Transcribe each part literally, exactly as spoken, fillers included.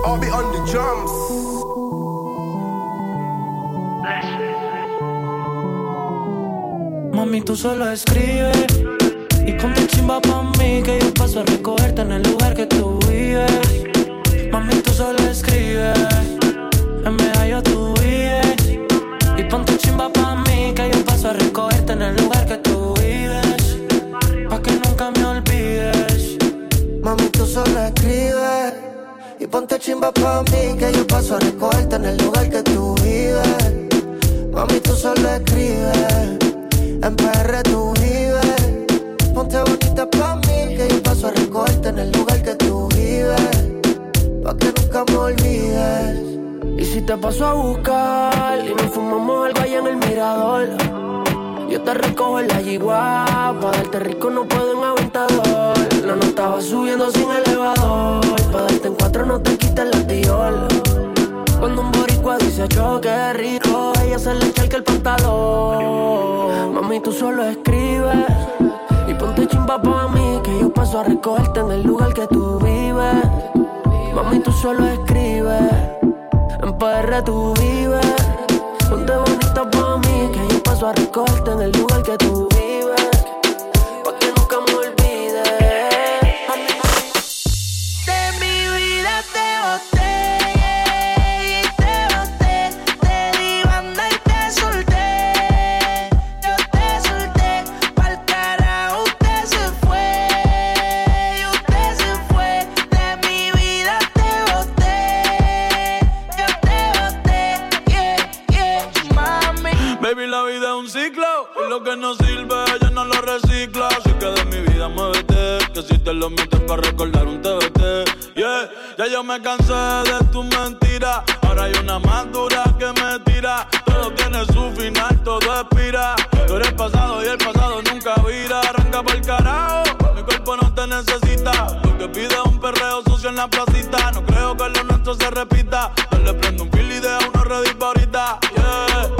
I'll be on the drums. Mami, tú solo escribes y ponte chimba pa' mí, que yo paso a recogerte en el lugar que tú vives. Mami, tú solo escribes, en medallo tú vives. Y ponte chimba pa' mí, que yo paso a recogerte en el lugar que tú vives, pa' que nunca me olvides. Mami, tú solo escribes y ponte chimba pa' mí, que yo paso a recogerte en el lugar que tú vives. Mami, tú solo escribes, en P R tú vives. Ponte bonita pa' mí, que yo paso a recogerte en el lugar que tú vives, pa' que nunca me olvides. Y si te paso a buscar y nos fumamos algo allá en el mirador, yo te recojo en la yigua, pa' darte rico no puedo en aventador. La nota va subiendo sin elevador, pa' darte en cuatro no te quites la tiola. Cuando un boricua dice yo qué rico, ella se le echa el pantalón. Mami, tú solo escribes y ponte chimba pa' mí, que yo paso a recogerte en el lugar que tú vives. Mami, tú solo escribes, en P R tú vives. Ponte bonita pa' mí, que yo paso a recogerte en el lugar que tú vives, pa' que nunca me olvides. De mi vida te boté y te boté, te di banda y te solté. Yo te solté, pa'l carajo usted se fue, y usted se fue. De mi vida te boté, yo te boté, yeah, yeah, mami. Baby, la vida es un ciclo, y lo que no sirve yo no lo reciclo. Así que de mi vida muévete, que si te lo metes para recordar un T B T. Yeah, ya yo me cansé de tus mentiras, ahora hay una más dura que me tira. Todo tiene su final, todo expira. Tú eres pasado y el pasado nunca vira. Arranca pa'l carajo, mi cuerpo no te necesita. Lo que pide es un perreo sucio en la placita. No creo que lo nuestro se repita. Yo le prendo un fil y deja uno ready pa' ahorita. Yeah.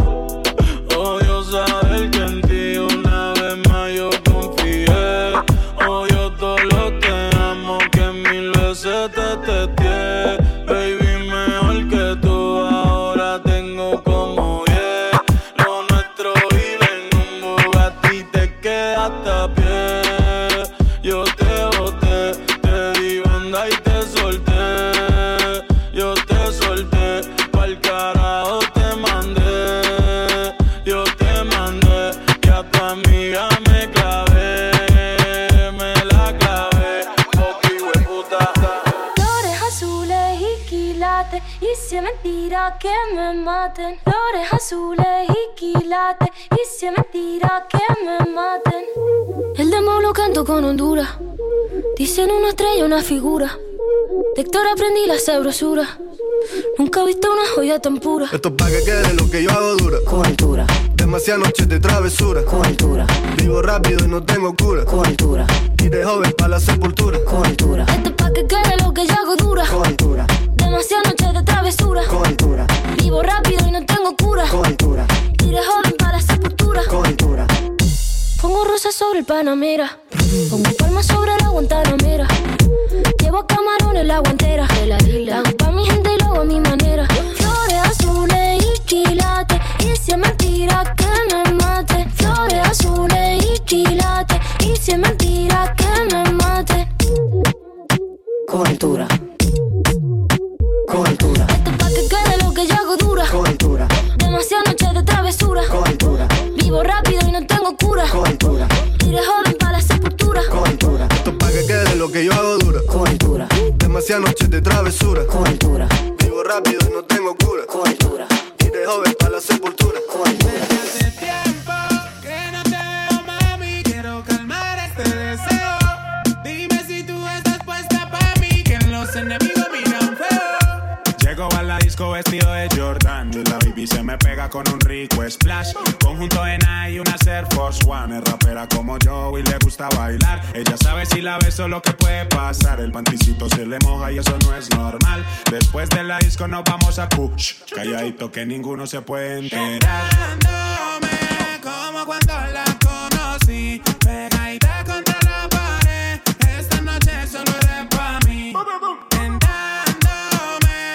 Odio saber que en ti una vez más yo confié. Odio todo lo que amo, que mil veces te testé. Baby, mejor que tú ahora tengo como diez. Lo nuestro vive en un Bugatti, te quedaste a pie. Yo te boté, te di banda y te solté. Yo te solté, pa'l carajo te mandé. Yo te mandé, y a tu amiga me clavé, me la clavé, poqui hueputa. Flores azules y quilates, y si es mentira que me maten. Flores azules y quilates, y si es mentira que me maten. El demo lo canto con Honduras, dicen una estrella, una figura. De Héctor aprendí la sabrosura, nunca he visto una joya tan pura. Esto es pa' que quede lo que yo hago dura, Con altura, demasiadas noches de travesura. con altura, Vivo rápido y no tengo cura, con altura, y de joven pa' la sepultura. con altura, Esto es pa' que quede lo que yo hago dura, con altura, demasiadas noches de travesura. con altura, Vivo rápido y no tengo cura, con altura, y de joven para la sepultura. con altura. Pongo rosas sobre el Panamera, pongo palmas sobre la Guantanamera. Llevo camarones la guantera, la hago pa' mi gente y lo hago a mi manera. Flores azules y quilates, y si es mentira que me mate. Flores azules y quilates, y si es mentira que me mate. Con altura, con altura, Esto es pa' que quede lo que yo hago dura, con altura, demasiadas noches de travesura. con altura, Vivo rápido y no tengo cura, con altura, y de joven para la sepultura. con altura, Esto es pa' que quede lo que yo hago dura, con altura, demasiadas noches de travesura. con altura, Vivo rápido y no tengo cura, con altura, y de joven pa' la sepultura. con altura. Hace tiempo que no te veo, mami, quiero calmar este deseo. Dime si tú estás puesta pa' mí, que los enemigos miran feo. Llego a la disco vestido de Jordan, y la baby se me pega con un rico splash. Conjunto en A y una Air Force One. Es rapera como yo y le gusta bailar. Ella sabe si la beso lo que puede pasar. El panticito se le moja y eso no es normal. Después de la disco nos vamos a push. Calladito que ninguno se puede enterar. Como cuando la conocí, pegadita contra la pared. Esta noche solo eres pa' mí. Tentándome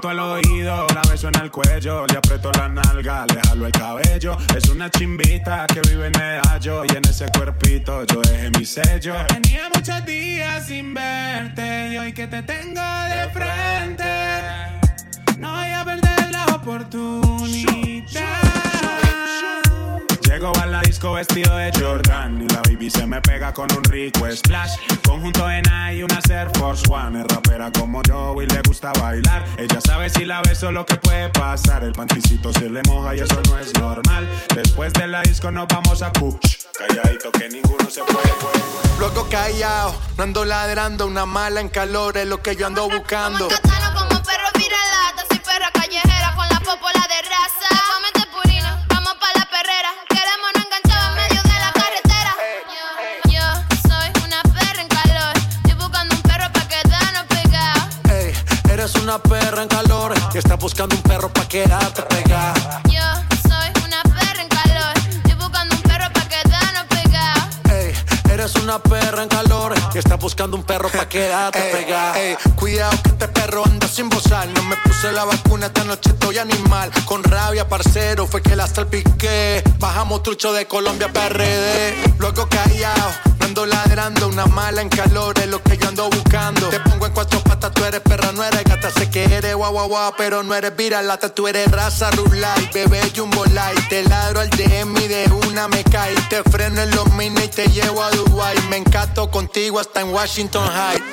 canto al oído, la beso en el cuello, le aprieto la nalga, le jalo el cabello. Es una chimbita que vive en Medallo y en ese cuerpito yo dejé mi sello. Tenía muchos días sin verte y hoy que te tengo de frente, no voy a perder la oportunidad. Llego a la disco vestido de Jordan y la baby se me pega con un rico splash. Conjunto en I y una Air Force One. Es rapera como yo y le gusta bailar. Ella sabe si la beso lo que puede pasar. El panticito se le moja y eso no es normal. Después de la disco nos vamos a push. Calladito que ninguno se puede. Luego callado, no ando ladrando. Una mala en calor es lo que yo ando buscando. Como catano, como perro viralata. Soy perra callejera con la popola de raza. Cómete purina, vamos pa' la perrera. Quedémonos enganchados en medio de la carretera. Yo, yo soy una perra en calor. Estoy buscando un perro pa' quedarnos pegados. Ey, eres una perra en calor y estás buscando un perro pa' quedarte pegada. Yo soy una perra en calor. Estoy buscando un perro pa' quedarnos pegados. Ey, eres una perra en calor y estás buscando un perro pa' quedarte pegada. Ey, cuidado que este perro anda sin bozar. No me puse la vacuna, esta noche estoy animal. Con rabia, parcero, fue que la salpiqué. Bajamos trucho de Colombia para R D. Luego callado, no ando ladrando. Una mala en calor es lo que yo ando buscando. Te pongo en cuatro patas, tú eres perra, no eres gata. Sé que eres guau guau guau, pero no eres viralata. Tú eres raza rulay, bebé jumbo light. Te ladro al D M y de una me cae. Te freno en los mini y te llevo a Dubai. Me encanto contigo hasta en Washington High.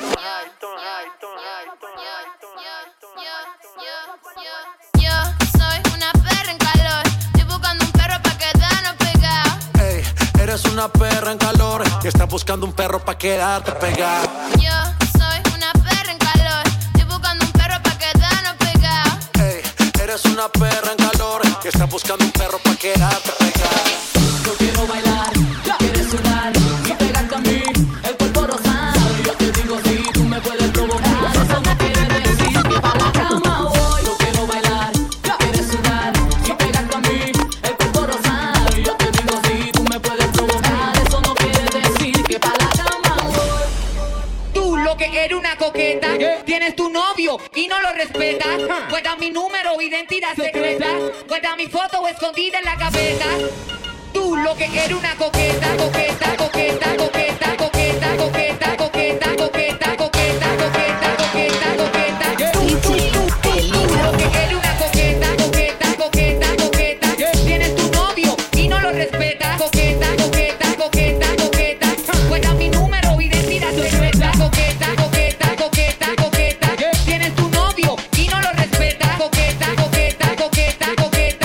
Yo soy una perra en calor. Estoy buscando un perro pa' quedarnos pegados. Ey, eres una perra en calor y estás buscando un perro pa' quedarte pegada. Yo soy una perra en calor. Estoy buscando un perro pa' quedarnos pegados. Ey, eres una perra en calor y estás buscando un perro pa' quedarte pegada. Yo quiero bailar, yo quiero sudar y pegarte a mí, el cuerpo rosado. Yo te digo si tú me puedes provocar, eso no quiere decir que pa' la cama voy. Yo quiero bailar, yo quiero sudar y pegarte a mí, el cuerpo rosado. Yo te digo si tú me puedes provocar, eso no quiere decir que pa' la cama voy. Tú lo que eres una coqueta, tienes tu novio y no lo respetas. Guarda mi número, identidad secreta. Guarda mi foto escondida en la gaveta. Tú lo que eres una coqueta, coqueta, coqueta, coqueta, coqueta, coqueta, coqueta, coqueta, coqueta, coqueta, coqueta, coqueta. Tú, tú, tú, tú lo que eres una coqueta, coqueta, coqueta, coqueta. Tienes tu novio y no lo respetas. Coqueta, coqueta, coqueta, coqueta. Guarda mi número, identidad secreta. Coqueta, coqueta, coqueta, coqueta. Tienes tu novio y no lo respetas. Coqueta, coqueta, coqueta, coqueta.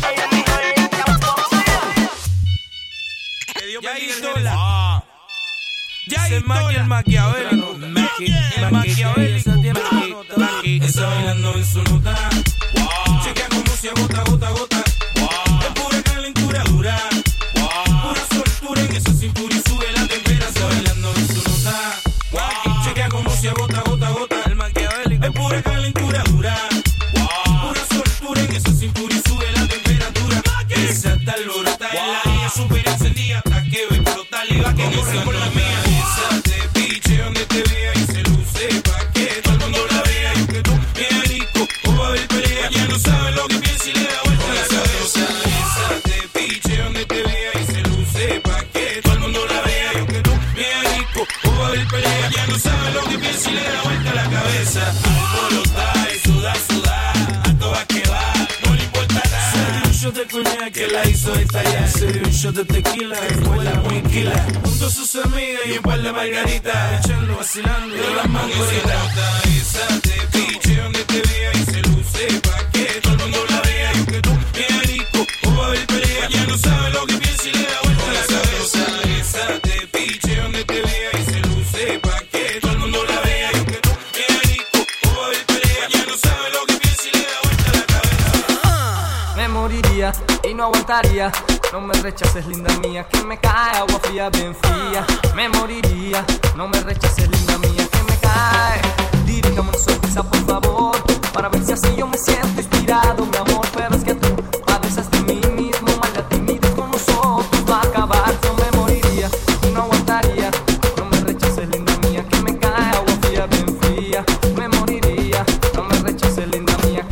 Ya Isola. Ah. Ya Isola. El Maquiavélico. El Maquiavélico. Está bailando en su nota. Wow. Chequea como se agota, gota, gota. Wow. Es pura calentura dura. Wow. Pura soltura en esa cintura y sube la temperatura. Bailando en su nota. Wow. Chequea como se agota, gota, gota. El Maquiavélico. Es pura calentura dura. Wow. Pura soltura en esa cintura y sube la temperatura. Esa está lorota en la vía super encendida. Que ve explotar y va que corre por la mía. Esa te piche donde te vea y se luce pa' que todo el mundo la vea. Y aunque tú bien rico o va a haber pelea, ya no sabe lo que piensa y le da vuelta a la cabeza. Esa te piche donde te vea y se luce pa' que todo el mundo la vea. Y aunque tú bien rico o va a haber pelea, ya no sabe lo que piensa y le da vuelta a la cabeza. Alborotar y sudar, sudar, a todas que va, no le importa nada. Se dio un shot de coñac que la hizo estallar. Se dio un shot de tequila que fue la muy quila. Junto a sus amigas y un par de margaritas, echando, vacilando de las mangoritas. Esa te piche donde te vea y se luce pa' que todo el mundo la vea. Y aunque tú bien rico o va a haber pelea, ya no sabe lo que piensa y le da vuelta a la cabeza. Esa te piche donde te vea y se luce pa' que todo el mundo la vea. Y aunque tú bien rico o va a haber pelea, ya no sabe lo que piensa y le da vuelta a la cabeza. Me moriría y no aguantaría. No me rechaces, linda mía, que me cae agua fría, bien fría. Me moriría, no me rechaces, linda mía, que me cae. Dirígame una sonrisa, por favor, para ver si así yo me siento inspirado, mi amor. Pero es que tú padeces de mí mismo, mala timidez con nosotros va a acabar. Yo me moriría y no aguantaría. No me rechaces, linda mía, que me cae agua fría, bien fría. Me moriría, no me rechaces, linda mía,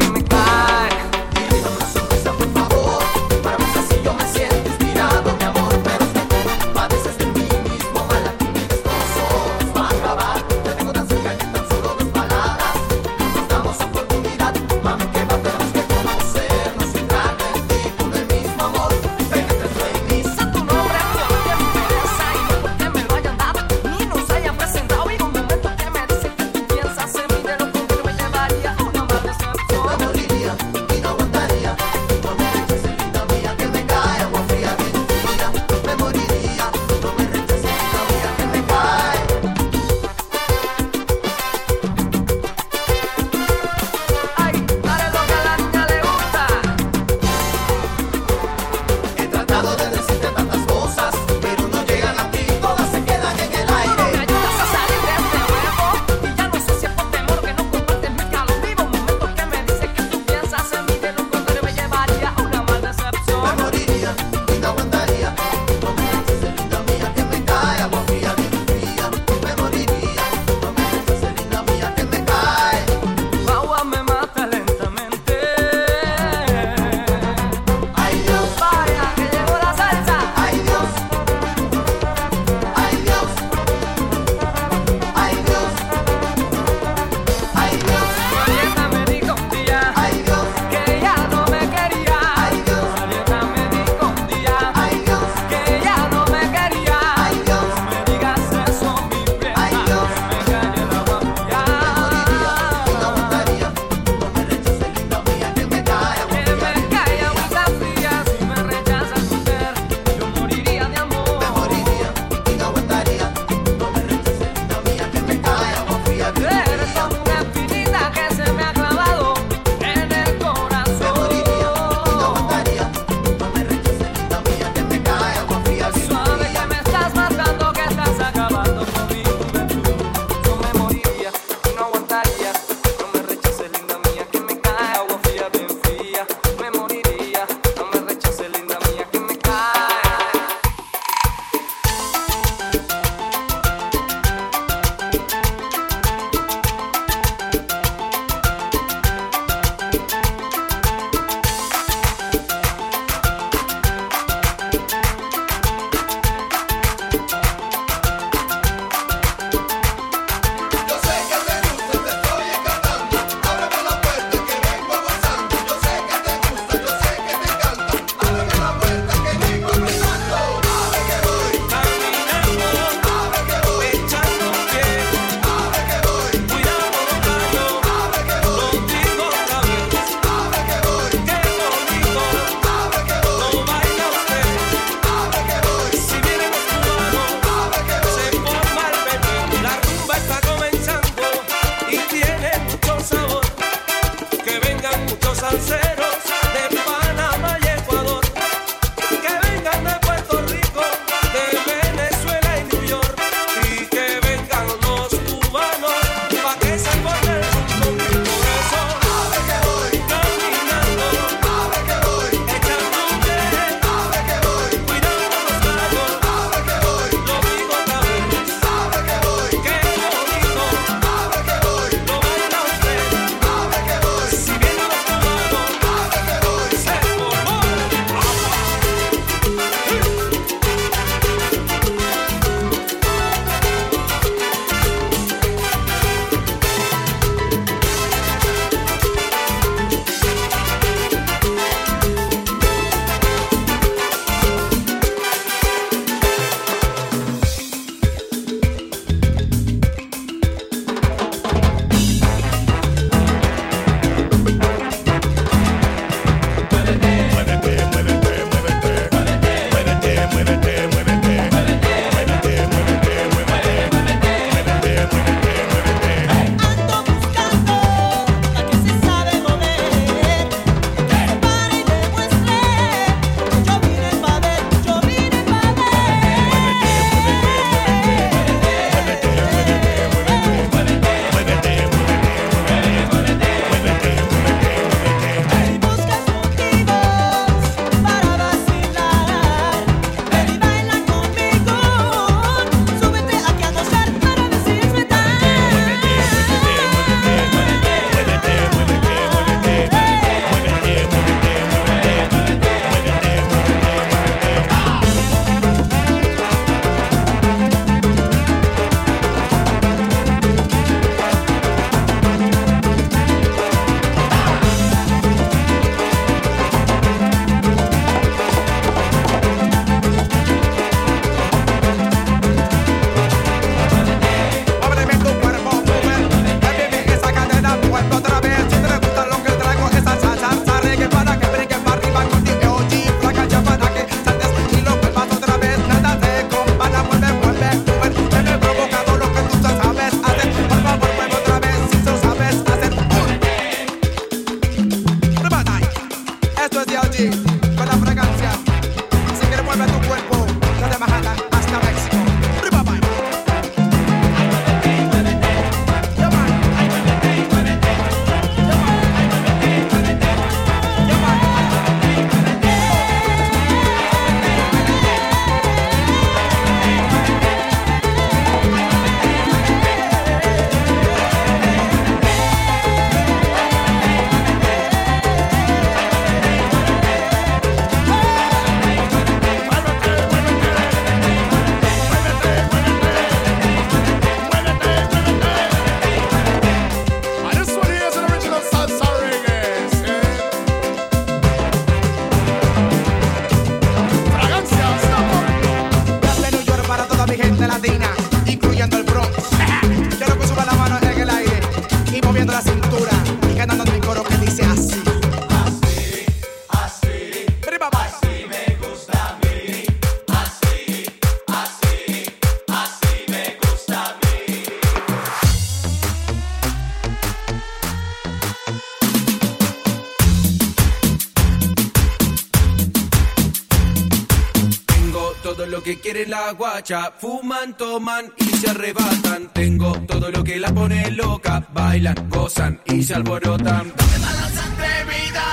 todo lo que quiere la guacha. Fuman, toman y se arrebatan. Tengo todo lo que la pone loca. Bailan, gozan y se alborotan. Dame mala sangre, vida.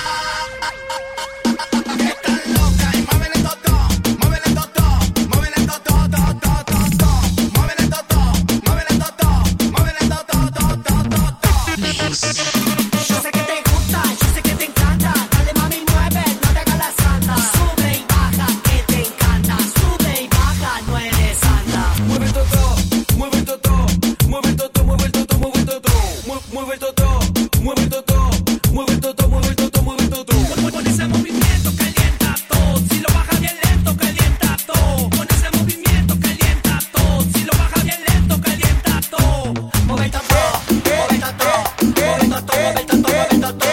Están locas y mueven el totó, mueven el totó, mueven el totó, totó, totó. Mueven el totó, mueven el totó, mueven el totó, totó, totó. Yo sé que te gusta, yo sé que te encanta. Dale mami, mueve, no te hagas la santa. Sube y baja, que te encanta. Sube y baja, no eres santa. Mueve el totó, mueve el totó, mueve el totó, mueve el totó, mueve el totó. Mueve el totó, mueve el totó, mueve el totó, mueve el totó, mueve el totó. Con ese movimiento calienta todo. Si lo baja bien lento, calienta todo. Con ese movimiento calienta todo. Si lo baja bien lento, calienta todo. Mueve el totó, mueve el totó, mueve el totó, mueve el totó, mueve el totó.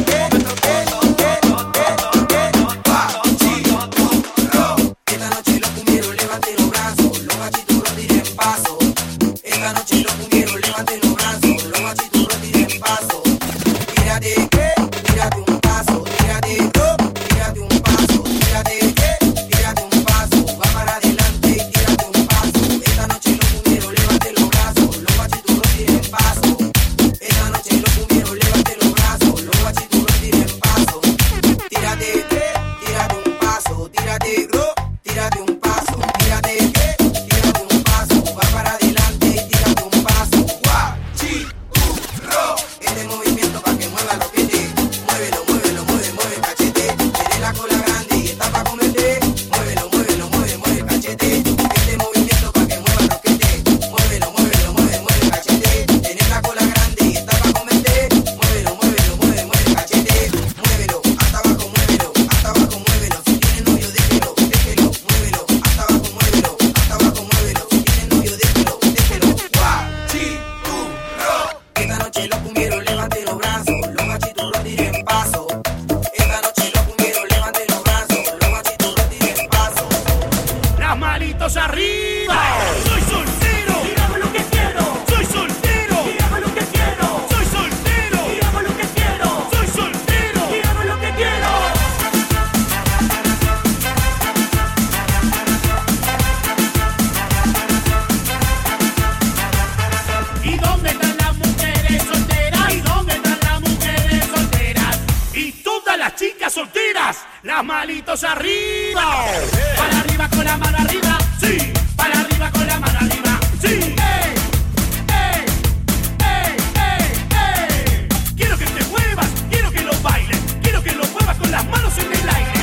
Esta noche los cumbieros levanten los brazos, los machiturros tiren paso. Esta noche los cumbieros levanten los brazos, los machiturros tiren paso. Tírate, tírate un paso, tírate, tírate un paso, tírate, tírate un paso, va para adelante y tírate un paso. Esta noche los cumbieros levanten los brazos, los machiturros tiren paso. Esta noche los cumbieros levanten los brazos, los machiturros tiren paso. Tírate, tírate un paso, tírate, tírate un paso, tírate, tírate un paso, va para adelante y tírate un paso. Guachicurro, este movimiento pa' que mueva los pies, muévelo, muévelo, mueve, mueve cachete, tiene la cola grande y está pa' comerte, muévelo, muévelo, mueve, mueve cachete, este movimiento pa' que mueva los pies, muévelo, muévelo, mueve, mueve cachete, tiene la cola grande y está pa' comerte, muévelo, muévelo, mueve, mueve cachete, muévelo, hasta abajo, muévelo, hasta abajo, muévelo, si tiene novio déjelo, déjelo, muévelo, hasta abajo, muévelo, hasta abajo, muévelo, si tiene novio déjelo, déjelo, guachicurro. Esta noche los cumbieros levanten los brazos, los machiturros tiren paso. Esta noche los cumbieros levanten los brazos, los machiturros tiren paso. Las manitos arriba. Soy soltero. Y hago lo que quiero. Soy soltero. Y hago lo que quiero. Soy soltero. Y hago lo que quiero. Soy soltero. Y hago lo que quiero. ¿Y dónde están las mujeres solteras? ¿Y dónde están las mujeres solteras? Y todas las chicas solteras, las manitos arriba. Para arriba con la mano arriba, sí. Para arriba con la mano arriba, sí. ¡Ey! ¡Ey! ¡Ey! ¡Ey! ¡Ey! Quiero que te muevas, quiero que lo bailes, quiero que lo muevas con las manos en el aire.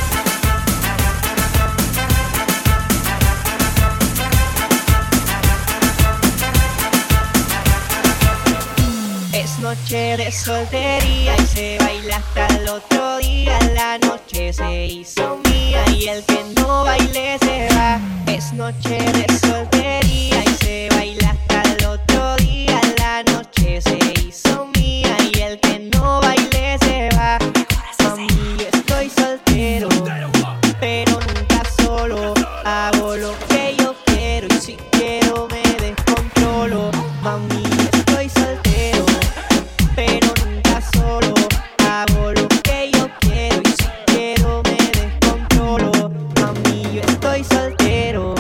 Es noche de soltería y se baila hasta el otro día. La noche se hizo mía y el que no baile se va. Es noche de soltería y se baila hasta el otro día. La noche se hizo mía y el que no baile se va. Mami, yo estoy soltero, pero nunca solo. Hago lo que yo quiero y si quiero me descontrolo. Mami, yo estoy soltero, pero nunca solo. Hago lo que yo quiero y si quiero me descontrolo. Mami, yo estoy soltero.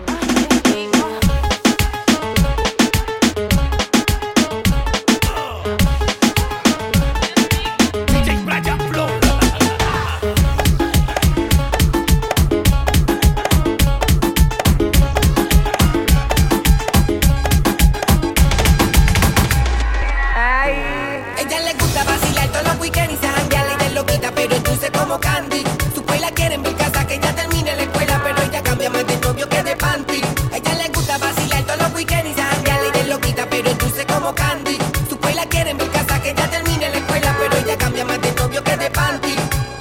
Ella le gusta vacilar todos los weekends y se janguea y de loquita, pero es dulce como candy. Su la quiere en mi casa que ya termine la escuela, pero ella cambia más de novio que de panty. Ella le gusta vacilar todos los weekends y se janguea y de loquita, pero es dulce como candy. Su la quiere en mi casa que ya termine la escuela, pero ella cambia más de novio que de panty.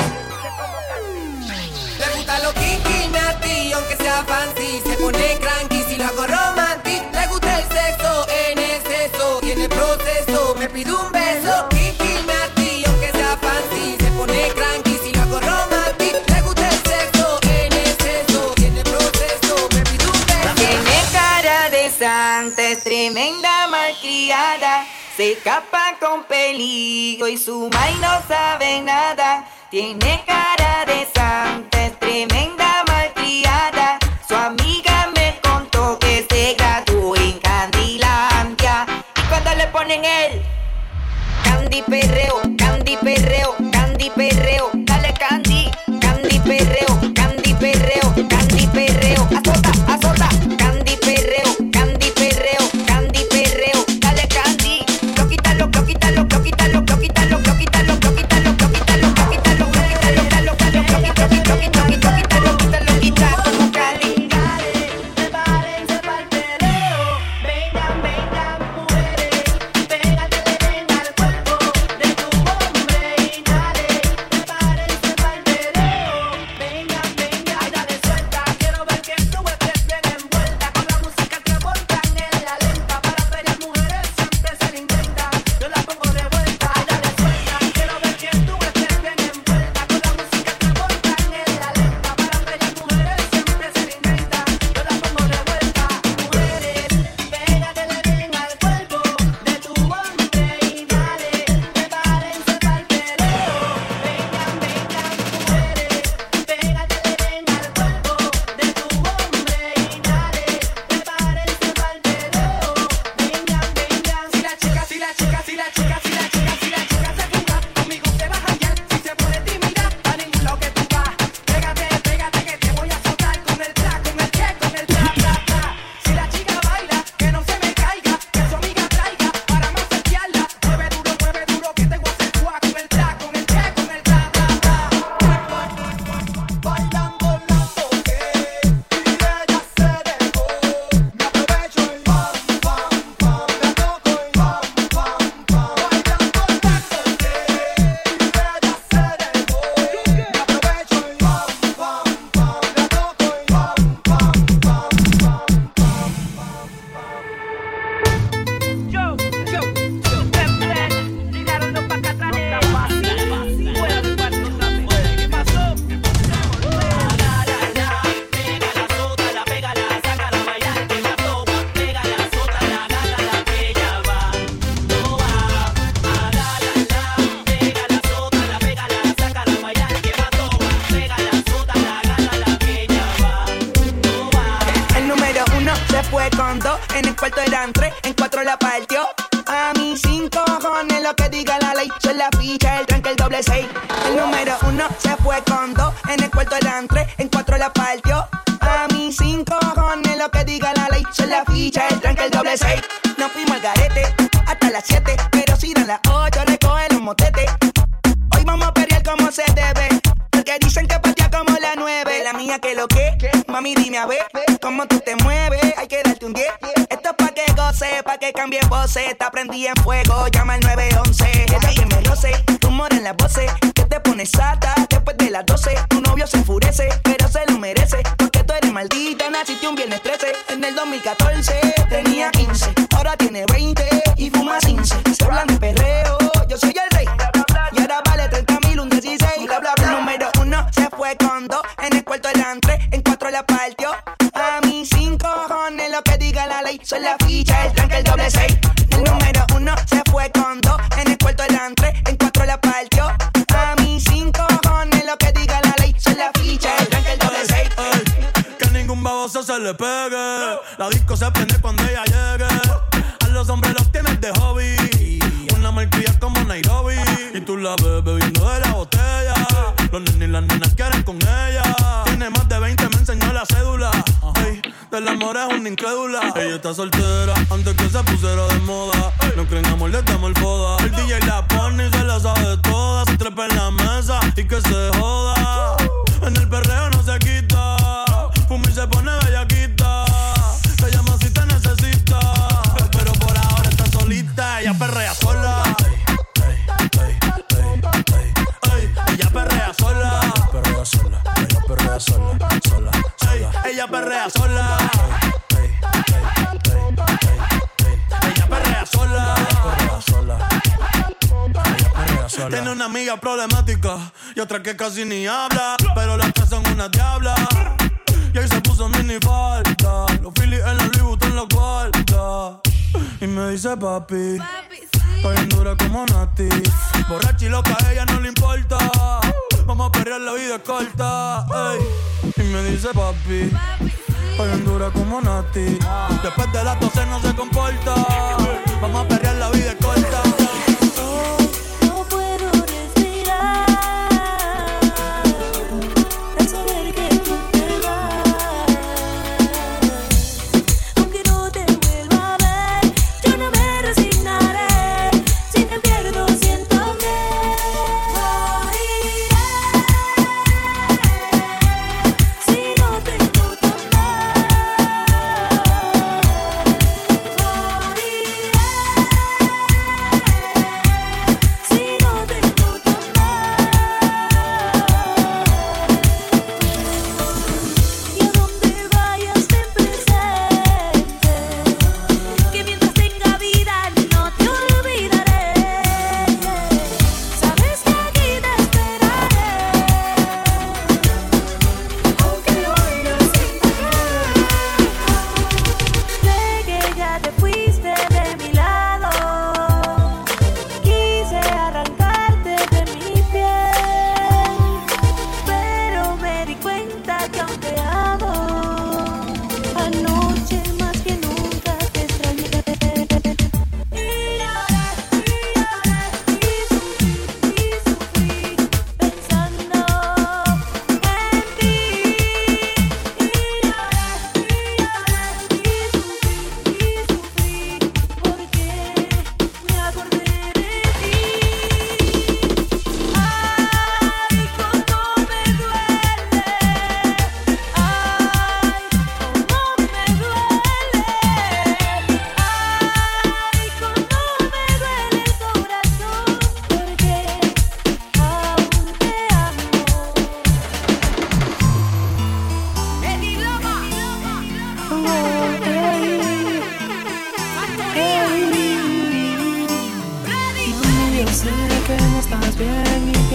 Le gusta lo kinky, nasty, aunque sea fancy, se pone cranky si lo hago romantic. Le gusta el sexo en exceso y en el proceso me pide un beso. Kinky, nasty, aunque sea fancy, se pone cranky si lo hago romantic. Le gusta el sexo en exceso y en el proceso me pide un beso. Tiene cara de santa, es tremenda malcriada. Se escapa con peligro y su mai no sabe nada. Tiene cara de santa, es tremenda malcriada. Candy perreo, Candy perreo, Candy perreo, dale Candy, Candy perreo, Candy perreo, Candy perreo, azota, azota, Candy perreo, Candy perreo, Candy perreo, dale Candy, lo quítalo, lo quítalo, lo quítalo, lo quítalo, lo quítalo, lo quítalo, lo quítalo, lo quítalo, lo quítalo, lo quítalo, lo quítalo, lo quítalo, lo quítalo, lo quítalo, lo quítalo, como Cali. Está prendida en fuego, llama al nueve once. Ella que me roce, tumor en las voces. Que te pones sata después de las doce. Tu novio se enfurece, pero se lo merece. Porque tú eres maldita, naciste un viernes trece. En el dos mil catorce tenía quince, ahora tiene veinte y fuma quince. Se hablan de perreo, yo soy el rey. Y ahora vale treinta mil, un dieciséis. Bla, bla, bla. Número uno se fue con dos. En el cuarto eran tres, en cuatro la partió. A mí cinco cojones lo que diga la ley. Soy la ficha, el tranque, el doble seis. El número uno se fue con dos. En el cuarto eran tres, en cuatro la partió. A mí cinco cojones lo que diga la ley. Soy la ficha, el tranque, el doble seis. Que ningún baboso se le pegue. La disco se prende cuando ella llegue. A los hombres los tienes de hobby. Una malcria como Nairobi. Y tú la ves bebiendo de la botella. Los nenes y las nenas quieren con ella. Tiene más de veinte, me enseñó la cédula. Ey, del amor es una incrédula. Ella está soltera antes que se pusiera de moda. No creen amor, le damos el foda. El D J la pone y se la sabe toda. Se trepa en la mesa y que se joda. En el perreo no se quita. Fuma y se pone bellaquita. Te llama si te necesita. Pero por ahora está solita. Ella perrea sola. Ella perrea sola. Perrea sola. Ella perrea sola. Sola. Sola. Ella perrea sola. Ella perrea sola. Perrea sola. Ella perrea sola. Tiene una amiga problemática y otra que casi ni habla, pero las tres son una diabla. Y ahí se puso mini falta. Los Phillies en la Louis Vuitton los guarda. Y me dice papi, estoy en dura como Nati. Borracha y loca, a ella no le importa. Vamos a perrear, la vida es corta. Ey. Y me dice papi, estoy en dura como Nati. Después de las doce no se comporta. Vamos a perrear, la vida es corta.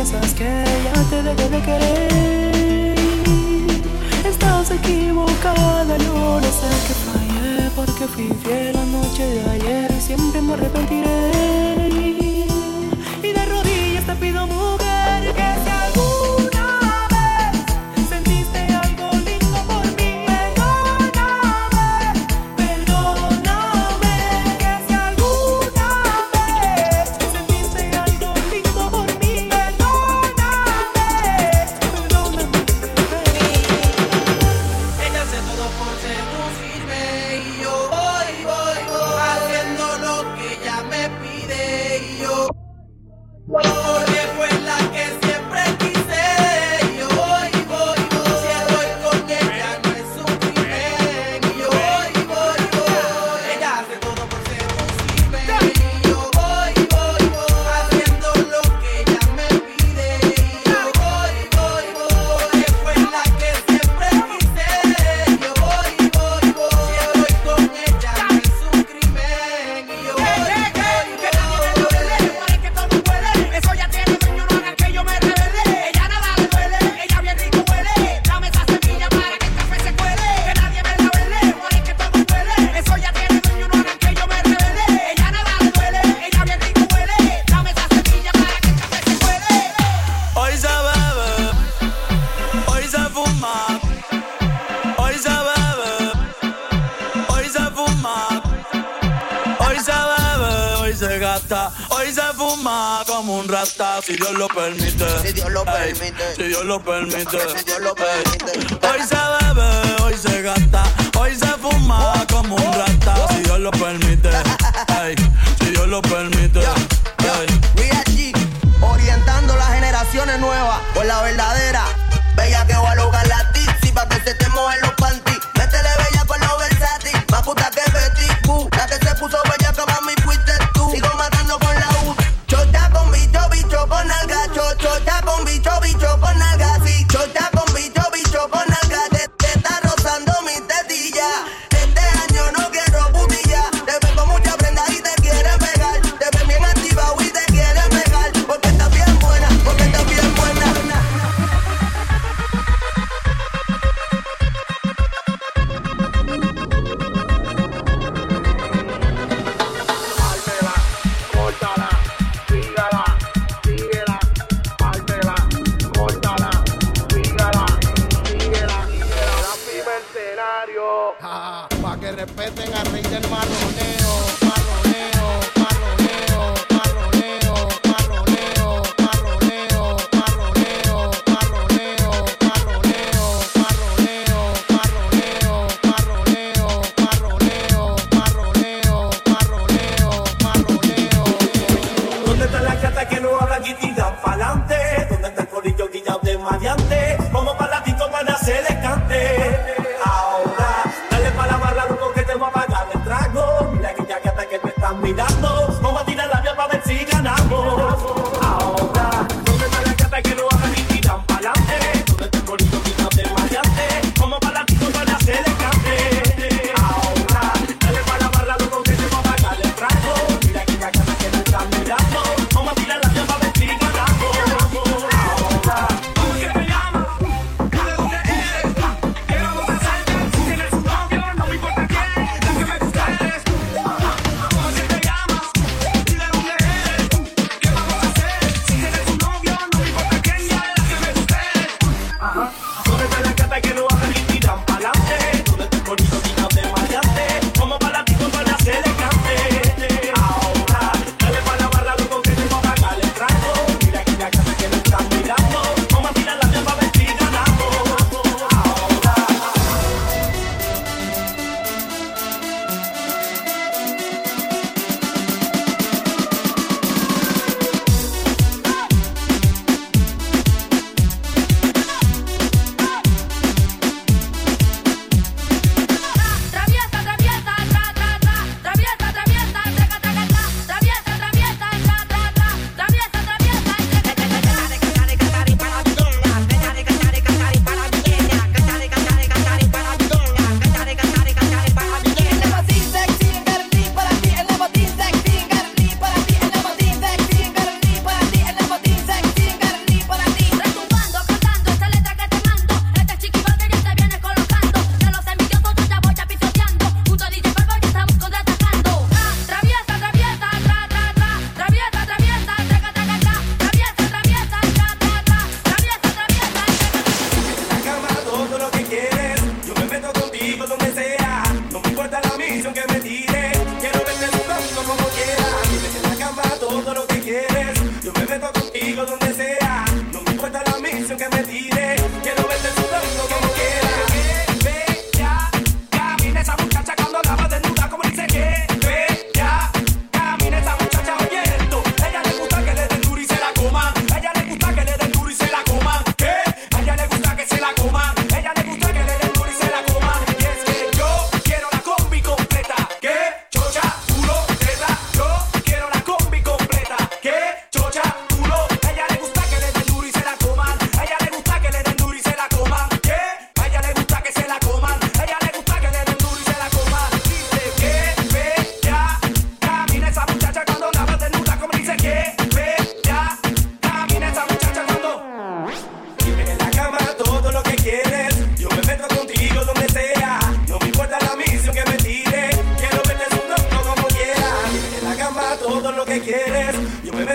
piensas que ya te dejé de querer. Estás equivocada, no, no sé que fallé, porque fui fiel la noche de ayer y siempre me arrepentiré. Y de rodillas te pido, mujer, que si alguna vez sentiste algo lindo por mí, perdóname, perdóname. Que si alguna vez sentiste algo lindo por mí, perdóname, perdóname. Ella hace todo por seducirme y yo voy, voy, voy haciendo lo que ella me pide y yo porque fue la que siempre quise y yo voy, voy, voy. Si estoy con ella no es un crimen y yo voy, voy, voy. Ella hace todo por seducirme y yo voy, voy, voy haciendo lo que ella me pide y yo voy, voy, voy. Porque fue la que siempre quise y yo voy, voy, voy. Si estoy con ella no es un crimen y yo voy, voy, voy. Eso ya tiene dueño, no hagan que yo me revele. Ella nada le duele, ella bien rico huele. Dame esa semilla para que el café se cuele. Que nadie me la vele, por es que todo duele. Eso ya tiene dueño, no hagan que yo me revele. Ella nada le duele, ella bien rico huele. Dame esa semilla para que el café se cuele. Hoy se bebe, hoy se fuma, hoy se bebe, hoy se fuma, hoy se bebe, hoy se gasta, hoy se fuma como un rata, si Dios lo permite. Si Dios lo Ey, permite. si Dios lo permite. Si Dios lo permite. Hoy se bebe, hoy se gasta, hoy se fuma como un rata, si Dios lo permite. Ey, si Dios lo permite. Ey. Real G, orientando las generaciones nuevas por la verdadera. Bella que va a lograr la tipsy pa' que se te mojen los panties. Métele bella con los versátil, más puta que Betty Boo. La que se puso bella que mami fuiste tú. Sigo matando con la U. Chota con bicho, bicho con alga. Chota con bicho, bicho con alga. Sí, chota con bicho, bicho con alga. Te, te está rozando mi tetilla. Este año no quiero putilla. Te ves con mucha prenda y te quieren pegar. Te ves bien activado y te quieren pegar. Porque estás bien buena, porque estás bien buena. Pártela, córtala, sígala, síguela, pártela, córtala, sígala, síguela, síguela. Rafi Mercenario. Ja, pa' que respeten al rey del marroneo, marroneo, marroneo, marroneo, marroneo, marroneo, marroneo, marroneo, marroneo, marroneo, marroneo, marroneo, marroneo, marroneo, marroneo, marroneo. ¿Dónde está la chata que no habla y tiran pa'lante? ¿Dónde está el corillo guillado de maleante? Vamos para la disco para hacer descante. Ahora, dale pa' la barra, loco, que te voy a pagar el trago. Mira que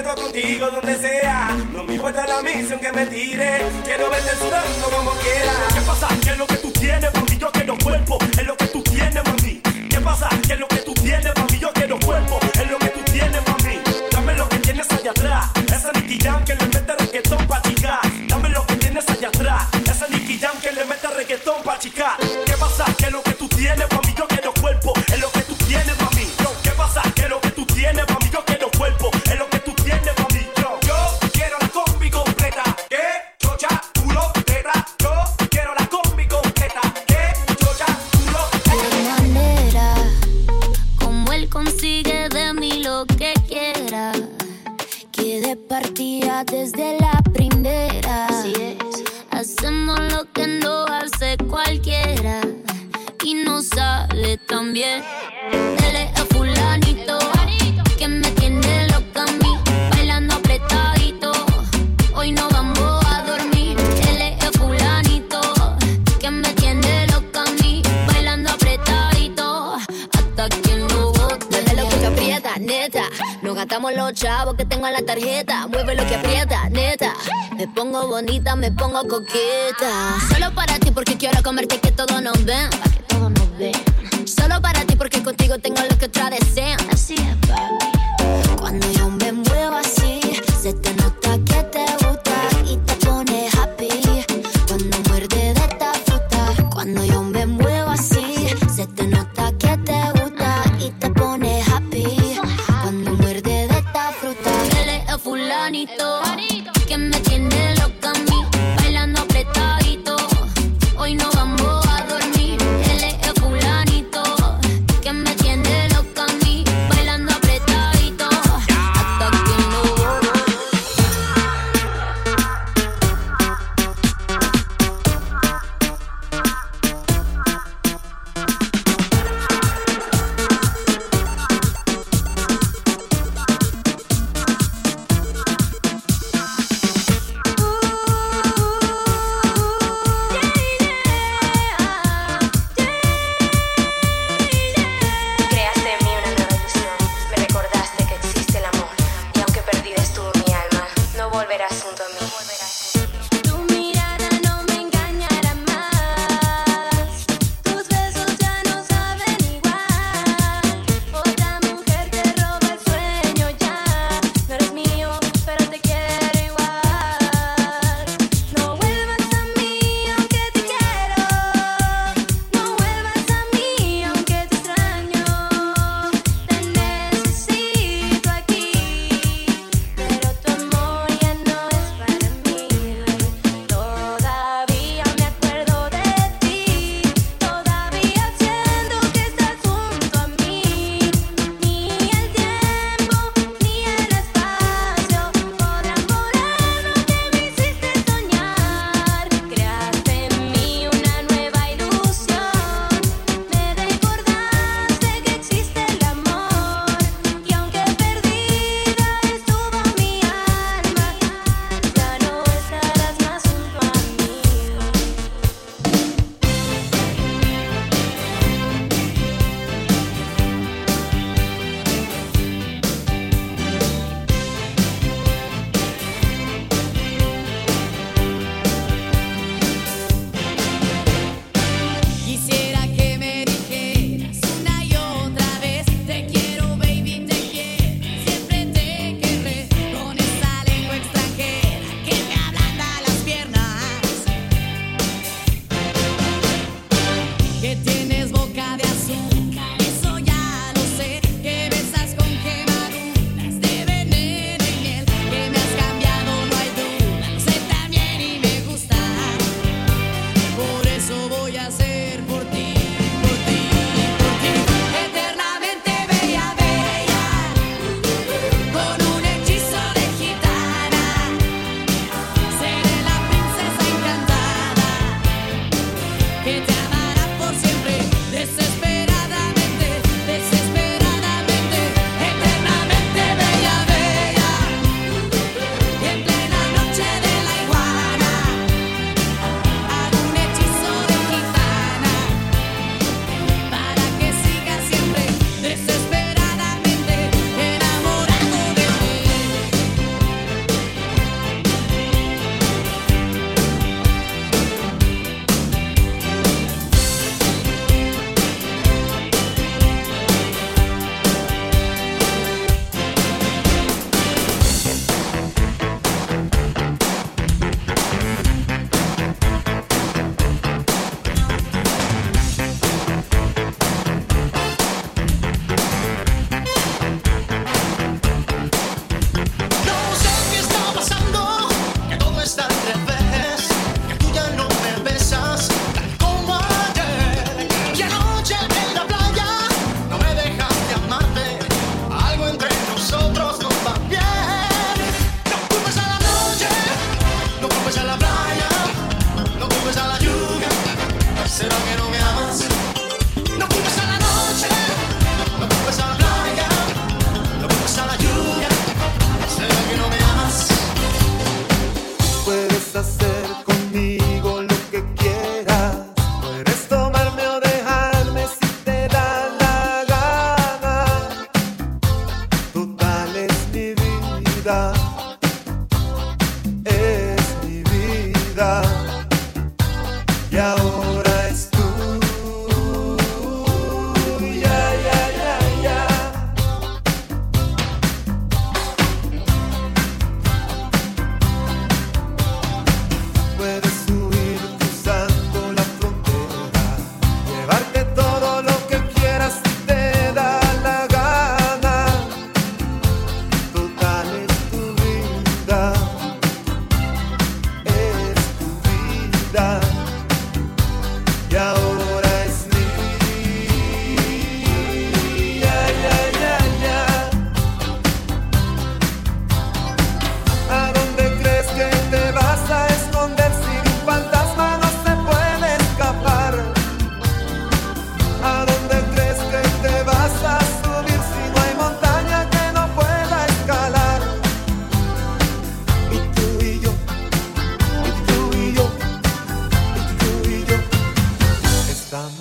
salgo contigo donde sea. No me importa la misión que me tire. Quiero verte sudando como quiera. ¿Qué pasa? ¿Qué es lo que tú tienes, mami? Yo quiero cuerpo. Es lo que tú tienes, mami. ¿Qué pasa? ¿Qué es lo que tú tienes, mami? Yo quiero cuerpo. Es lo que tú tienes, mami. Dame lo que tienes allá atrás. Esa Nicky Jam que le mete reggaetón pa' chicar. Dame lo que tienes allá atrás. Esa Nicky Jam que le mete reggaetón pa' chicar. ¿Qué pasa? ¿Qué es lo que tú tienes, mami? Yo quiero cuerpo. Es lo que tú tienes, mami. Yo, ¿qué pasa? ¿Qué es lo que tú tienes, mami? Yo quiero cuerpo. Es lo que tú tienes, mami. Yo, yo quiero la combi completa. ¿Qué? Chocha, culo, teta. Yo quiero la combi completa. ¿Qué? Chocha, culo, teta. De manera como él consigue de mí lo que quiera. Que de partida desde la primera. Así es. Hacemos lo que no hace cualquiera. Y no sale tan bien. Él es el fulanito que me tiene loca a mí, bailando apretadito. Hoy no vamos a dormir. Él es el fulanito que me tiene loca a mí, bailando apretadito. Hasta que no bote. Mueve lo que te aprieta, neta. Nos gastamos los chavos que tengo en la tarjeta. Mueve lo que aprieta, neta. Me pongo bonita, me pongo coqueta. Solo para ti porque quiero comerte que todos nos ven. Pa' que todos nos ven. Solo para ti porque contigo tengo lo que otra desean. Así es, papi. Cuando yo me muevo así, se te nota que te gusta y te pone happy. Cuando muerde de esta fruta. Cuando yo me muevo así, se te nota que te gusta y te pone happy. Cuando muerde de esta fruta. Él es el fulanito que me tiene loca a mí, bailando apretadito. Hoy no vamos a dormir. Él es el fulanito que me tiene loca a mí, bailando apretadito. Hasta que no.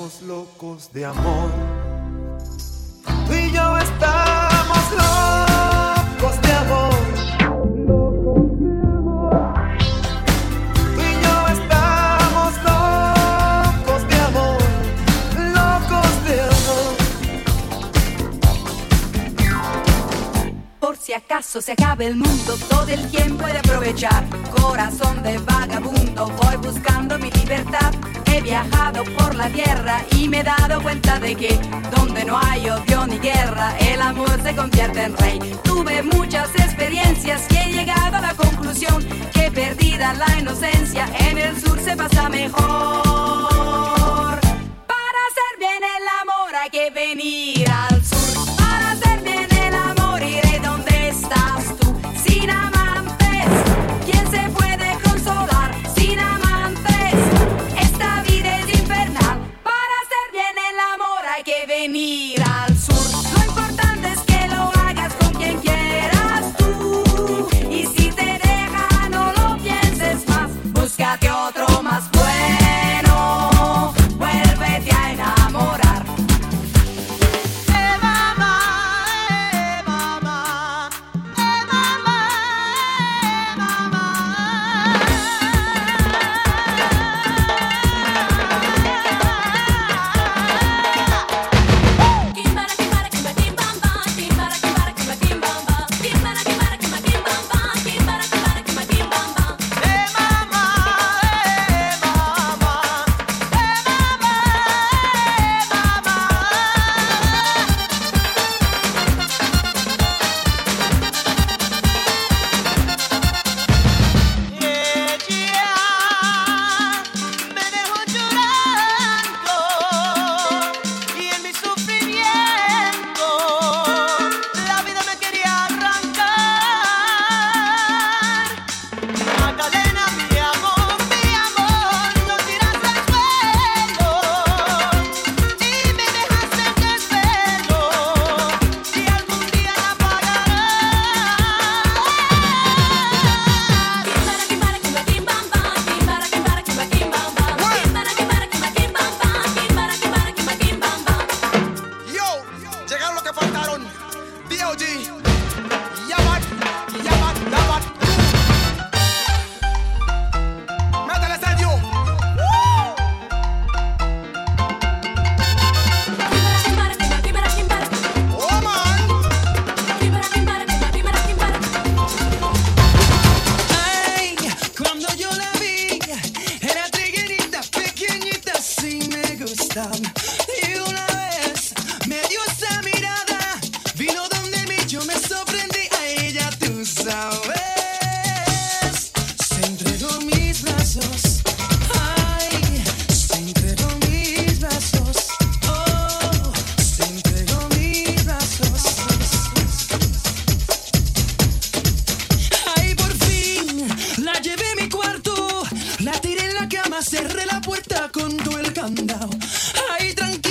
estamos locos de amor. Tú y yo estamos locos de amor. Tú y yo estamos locos de amor. Locos de amor. Por si acaso se acabe el mundo, todo el tiempo he de aprovechar. Corazón de vagabundo, voy buscando mi libertad. He viajado por la tierra y me he dado cuenta de que donde no hay odio ni guerra, el amor se convierte en rey. Tuve muchas experiencias y he llegado a la conclusión que perdida la inocencia, en el sur se pasa mejor. Para hacer bien el amor hay que venir al sur. Para hacer bien el amor iré donde estás tú. Sin amantes, ¿quién se puede consolar? Sin amantes, esta vida es infernal. Para hacer bien el amor hay que venir al sur. Lo importante es que lo hagas con quien quieras tú. Y si te deja, no lo pienses más. Búscate otro más bueno. Vuélvete a enamorar. Cerré la puerta con todo el candado. Ahí tranquilo.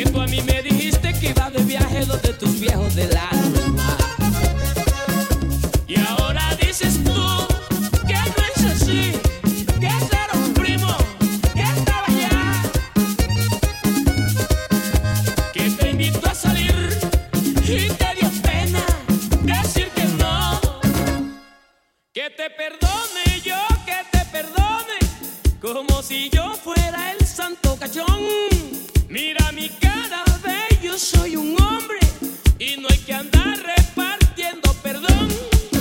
tú a mí me dijiste que iba de viaje donde tus viejos del alma. Y ahora dices tú que no es así, que era un primo, que estaba allá, que te invitó a salir y te dio pena decir que no. Que te perdone yo, que te perdone, como si yo fuera el santo cachón. Mira mi cara, ve, yo soy un hombre y no hay que andar repartiendo perdón.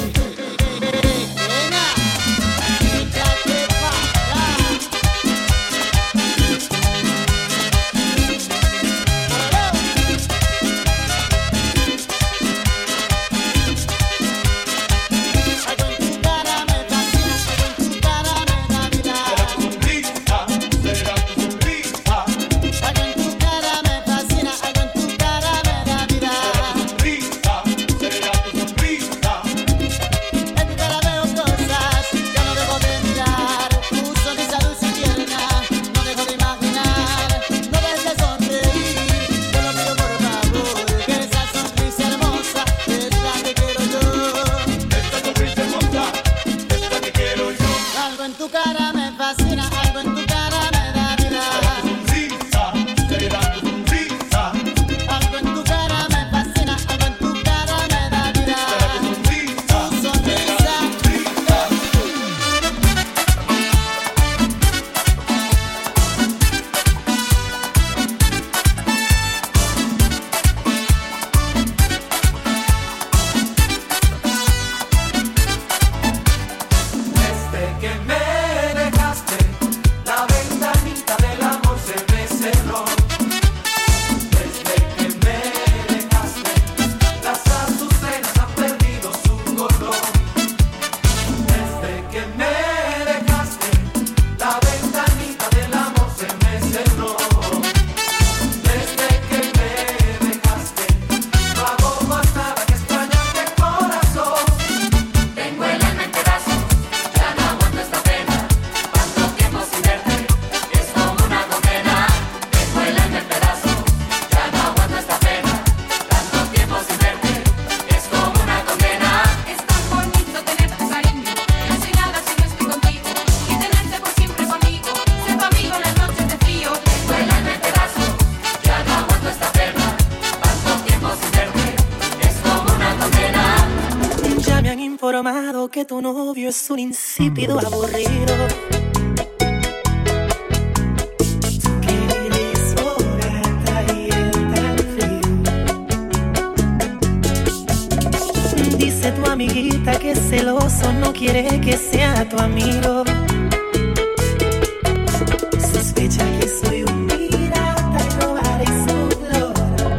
Que tu novio es un insípido aburrido. Que eres hora y él tan frío. Dice tu amiguita que es celoso, no quiere que sea tu amigo. Sospecha que soy un pirata y robaré su flor.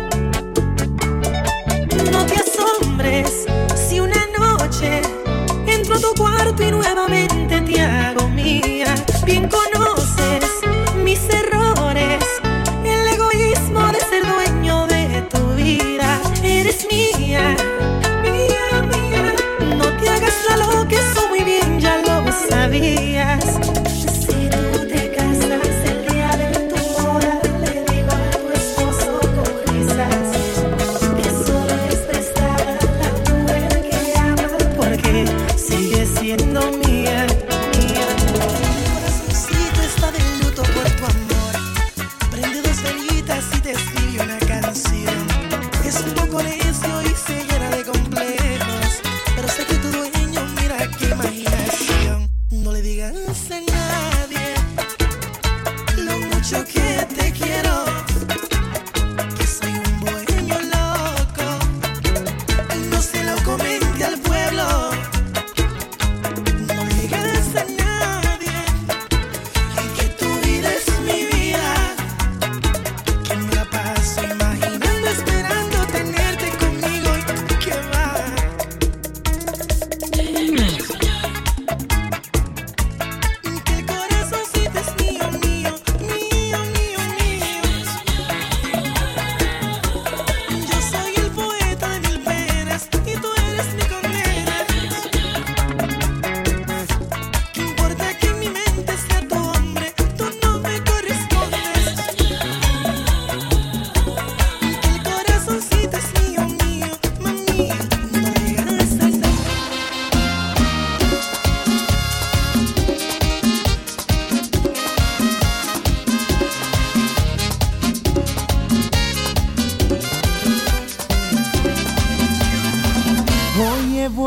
No te asombres si una noche entro a tu cuarto y nuevamente te hago mía. Bien conoces mis errores, el egoísmo de ser dueño de tu vida. Eres mía, mía, mía. No te hagas la loca, eso muy bien ya lo sabía.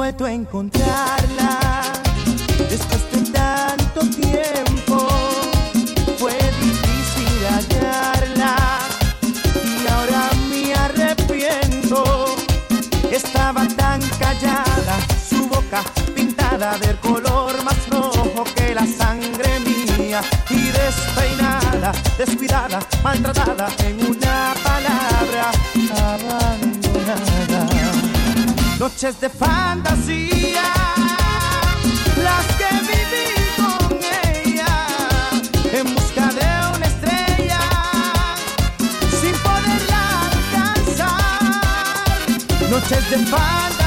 vuelto a encontrarla. Después de tanto tiempo fue difícil hallarla y ahora me arrepiento. Estaba tan callada, su boca pintada del color más rojo que la sangre mía, y despeinada, descuidada, maltratada, en una palabra, abandonada. Noches de fantasía, las que viví con ella, en busca de una estrella, sin poderla alcanzar. Noches de fantasía,